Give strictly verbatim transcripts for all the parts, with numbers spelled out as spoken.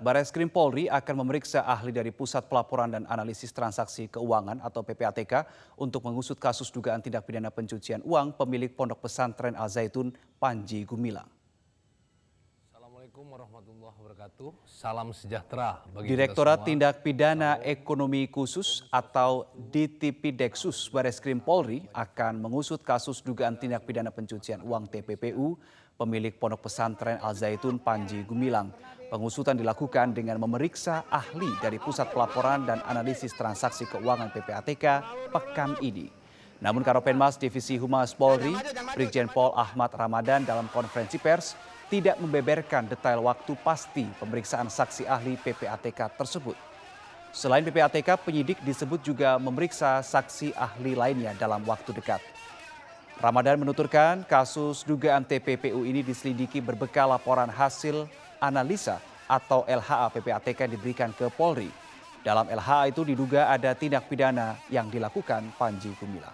Bareskrim Polri akan memeriksa ahli dari Pusat Pelaporan dan Analisis Transaksi Keuangan atau P P A T K untuk mengusut kasus dugaan tindak pidana pencucian uang pemilik Pondok Pesantren Al Zaitun Panji Gumilang. Assalamualaikum warahmatullahi wabarakatuh. Salam sejahtera bagi Direktorat kita semua. Tindak Pidana Ekonomi Khusus atau D T P Deksus Bareskrim Polri akan mengusut kasus dugaan tindak pidana pencucian uang T P P U pemilik Pondok Pesantren Al Zaitun Panji Gumilang. Pengusutan dilakukan dengan memeriksa ahli dari Pusat Pelaporan dan Analisis Transaksi Keuangan P P A T K pekan ini. Namun Karopenmas Divisi Humas Polri, Brigjen Pol Ahmad Ramadan dalam konferensi pers tidak membeberkan detail waktu pasti pemeriksaan saksi ahli P P A T K tersebut. Selain P P A T K, penyidik disebut juga memeriksa saksi ahli lainnya dalam waktu dekat. Ramadan menuturkan kasus dugaan T P P U ini diselidiki berbekal laporan hasil analisa atau L H A P P A T K yang diberikan ke Polri. Dalam L H A itu diduga ada tindak pidana yang dilakukan Panji Gumilang.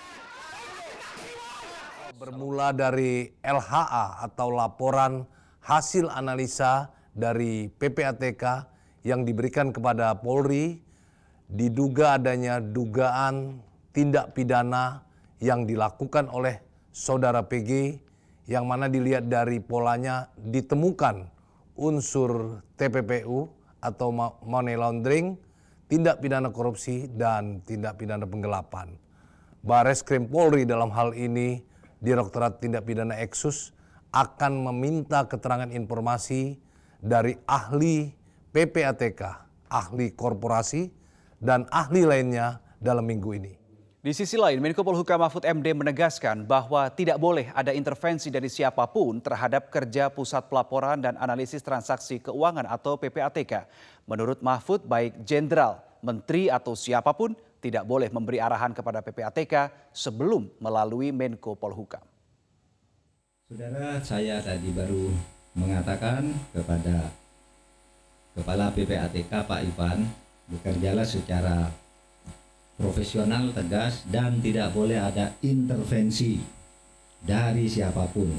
Bermula dari L H A atau laporan hasil analisa dari P P A T K yang diberikan kepada Polri, diduga adanya dugaan tindak pidana yang dilakukan oleh saudara P G, yang mana dilihat dari polanya ditemukan unsur T P P U atau money laundering, tindak pidana korupsi, dan tindak pidana penggelapan. Bareskrim Polri dalam hal ini, Direktorat Tindak Pidana Eksus akan meminta keterangan informasi dari ahli P P A T K, ahli korporasi, dan ahli lainnya dalam minggu ini. Di sisi lain, Menko Polhukam Mahfud M D menegaskan bahwa tidak boleh ada intervensi dari siapapun terhadap kerja Pusat Pelaporan dan Analisis Transaksi Keuangan atau P P A T K. Menurut Mahfud, baik jenderal, menteri atau siapapun tidak boleh memberi arahan kepada P P A T K sebelum melalui Menko Polhukam. Saudara, saya tadi baru mengatakan kepada Kepala P P A T K Pak Ivan, bekerjalah secara profesional, tegas, dan tidak boleh ada intervensi dari siapapun.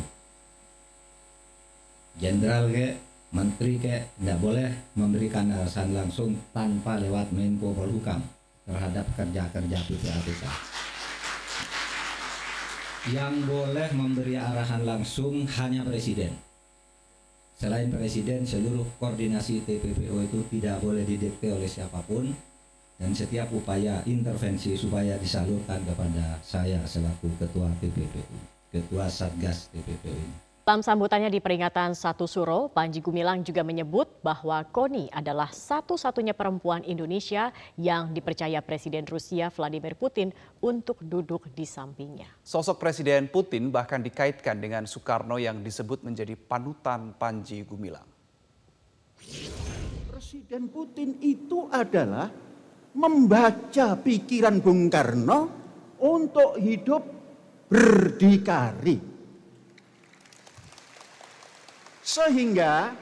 Jenderal ke, menteri ke, tidak boleh memberikan arahan langsung tanpa lewat Menko Polhukam terhadap kerja-kerja P P A T K. Yang boleh memberi arahan langsung hanya Presiden. Selain Presiden, seluruh koordinasi T P P U itu tidak boleh didikte oleh siapapun. Dan setiap upaya intervensi supaya disalurkan kepada saya selaku Ketua T P P U, Ketua Satgas T P P U ini. Dalam sambutannya di peringatan satu Suro, Panji Gumilang juga menyebut bahwa Koni adalah satu-satunya perempuan Indonesia yang dipercaya Presiden Rusia Vladimir Putin untuk duduk di sampingnya. Sosok Presiden Putin bahkan dikaitkan dengan Soekarno yang disebut menjadi panutan Panji Gumilang. Presiden Putin itu adalah membaca pikiran Bung Karno untuk hidup berdikari. Sehingga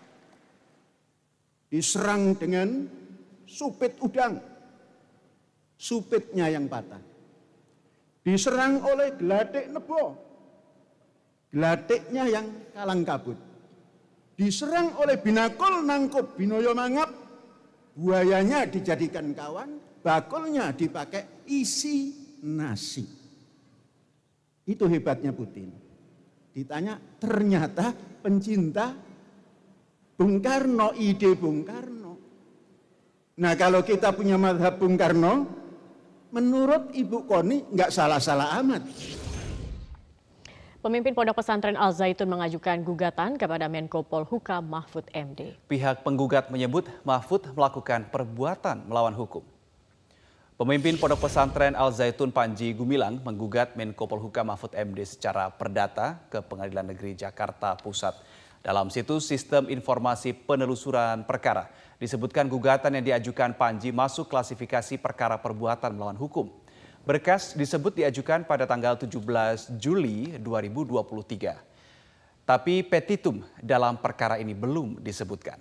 diserang dengan supit udang, supitnya yang patah. Diserang oleh geladik nebo, geladiknya yang kalang kabut. Diserang oleh binakul nangkup, binoyo mangap, buayanya dijadikan kawan, bakulnya dipakai isi nasi. Itu hebatnya Putin. Ditanya, ternyata pencinta Bung Karno, ide Bung Karno. Nah, kalau kita punya mazhab Bung Karno, menurut Ibu Koni nggak salah-salah amat. Pemimpin Pondok Pesantren Al Zaitun mengajukan gugatan kepada Menko Polhukam Mahfud M D. Pihak penggugat menyebut Mahfud melakukan perbuatan melawan hukum. Pemimpin Pondok Pesantren Al Zaitun Panji Gumilang menggugat Menko Polhukam Mahfud M D secara perdata ke Pengadilan Negeri Jakarta Pusat. Dalam situs Sistem Informasi Penelusuran Perkara, disebutkan gugatan yang diajukan Panji masuk klasifikasi perkara perbuatan melawan hukum. Berkas disebut diajukan pada tanggal tujuh belas Juli dua ribu dua puluh tiga. Tapi petitum dalam perkara ini belum disebutkan.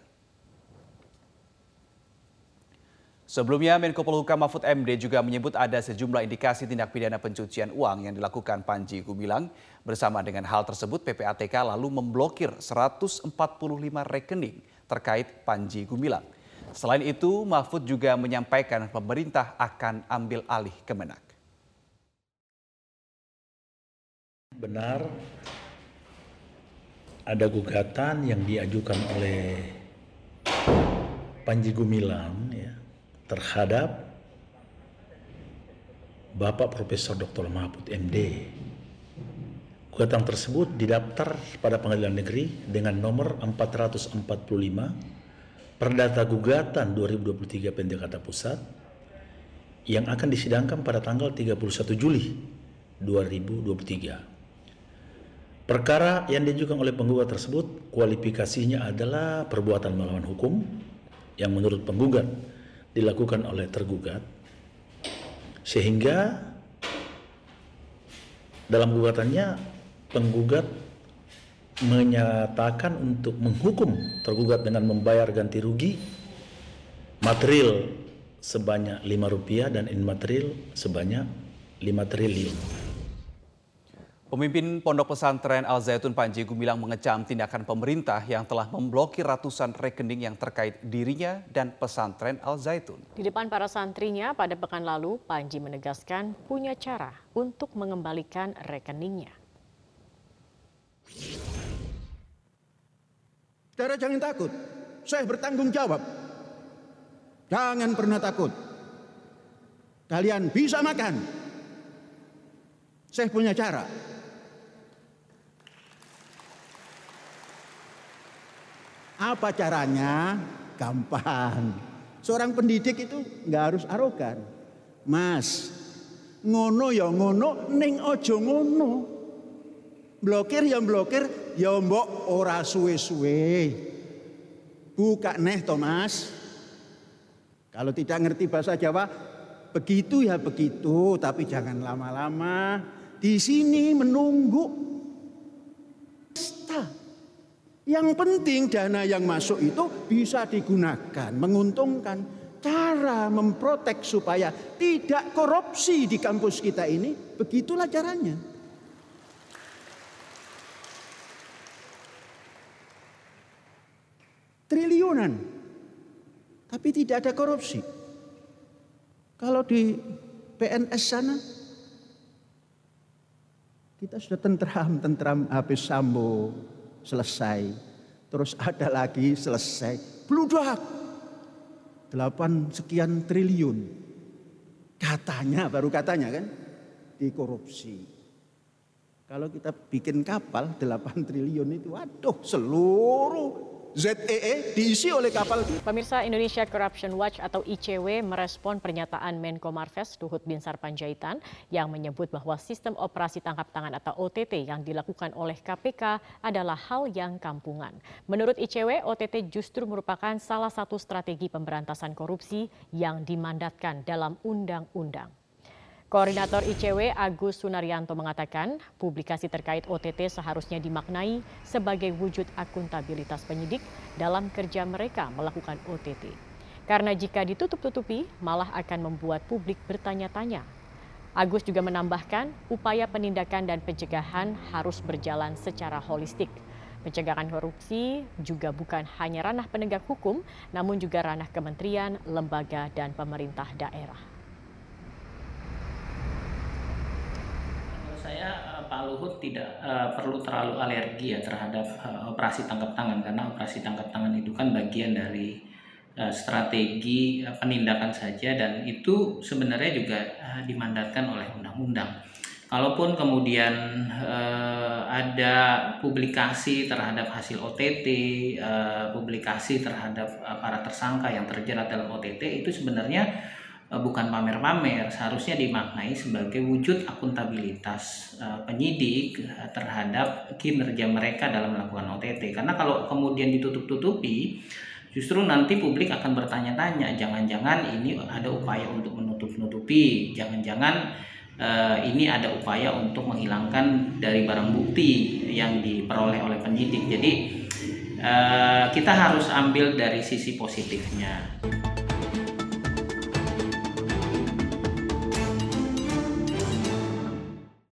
Sebelumnya, Menko Polhukam Mahfud M D juga menyebut ada sejumlah indikasi tindak pidana pencucian uang yang dilakukan Panji Gumilang. Bersama dengan hal tersebut, P P A T K lalu memblokir seratus empat puluh lima rekening terkait Panji Gumilang. Selain itu, Mahfud juga menyampaikan pemerintah akan ambil alih Kemenak. Benar ada gugatan yang diajukan oleh Panji Gumilang ya, terhadap Bapak Profesor Doktor Mahfud M D. Gugatan tersebut didaftar pada Pengadilan Negeri dengan nomor empat ratus empat puluh lima Perdata Gugatan dua ribu dua puluh tiga P N Jakarta Pusat yang akan disidangkan pada tanggal tiga puluh satu Juli dua ribu dua puluh tiga. Perkara yang diajukan oleh penggugat tersebut kualifikasinya adalah perbuatan melawan hukum yang menurut penggugat dilakukan oleh tergugat, sehingga dalam gugatannya penggugat menyatakan untuk menghukum tergugat dengan membayar ganti rugi material sebanyak lima rupiah dan imaterial sebanyak lima triliun. Pemimpin Pondok Pesantren Al Zaitun Panji Gumilang mengecam tindakan pemerintah yang telah memblokir ratusan rekening yang terkait dirinya dan pesantren Al Zaitun. Di depan para santrinya pada pekan lalu, Panji menegaskan punya cara untuk mengembalikan rekeningnya. Saudara jangan takut, saya bertanggung jawab. Jangan pernah takut. Kalian bisa makan. Saya punya cara. Apa caranya? Gampang. Seorang pendidik itu nggak harus arogan. Mas, ngono ya ngono, ning ojo ngono. Blokir ya blokir, ya mbok ora suwe-suwe. Buka neh Thomas. Kalau tidak ngerti bahasa Jawa, begitu ya begitu, tapi jangan lama-lama. Di sini menunggu. Yang penting dana yang masuk itu bisa digunakan, menguntungkan. Cara memprotek supaya tidak korupsi di kampus kita ini, begitulah caranya. Triliunan, tapi tidak ada korupsi. Kalau di P N S sana, kita sudah tentram, tentram habis Sambo. Selesai, terus ada lagi selesai, bludak delapan sekian triliun, katanya baru katanya kan dikorupsi. Kalau kita bikin kapal delapan triliun itu, waduh seluruh Z E E diisi oleh kapal. Pemirsa, Indonesia Corruption Watch atau I C W merespon pernyataan Menko Marves Luhut Binsar Panjaitan yang menyebut bahwa sistem operasi tangkap tangan atau O T T yang dilakukan oleh K P K adalah hal yang kampungan. Menurut I C W, O T T justru merupakan salah satu strategi pemberantasan korupsi yang dimandatkan dalam undang-undang. Koordinator I C W Agus Sunaryanto mengatakan publikasi terkait O T T seharusnya dimaknai sebagai wujud akuntabilitas penyidik dalam kerja mereka melakukan O T T. Karena jika ditutup-tutupi malah akan membuat publik bertanya-tanya. Agus juga menambahkan upaya penindakan dan pencegahan harus berjalan secara holistik. Pencegahan korupsi juga bukan hanya ranah penegak hukum, namun juga ranah kementerian, lembaga, dan pemerintah daerah. Saya Pak Luhut tidak uh, perlu terlalu alergi ya terhadap uh, operasi tangkap tangan, karena operasi tangkap tangan itu kan bagian dari uh, strategi uh, penindakan saja, dan itu sebenarnya juga uh, dimandatkan oleh undang-undang. Kalaupun kemudian uh, ada publikasi terhadap hasil O T T, uh, publikasi terhadap uh, para tersangka yang terjerat dalam O T T, itu sebenarnya bukan pamer-pamer, seharusnya dimaknai sebagai wujud akuntabilitas uh, penyidik uh, terhadap kinerja mereka dalam melakukan O T T. Karena kalau kemudian ditutup-tutupi, justru nanti publik akan bertanya-tanya, jangan-jangan ini ada upaya untuk menutup-nutupi, jangan-jangan uh, ini ada upaya untuk menghilangkan dari barang bukti yang diperoleh oleh penyidik. Jadi uh, kita harus ambil dari sisi positifnya.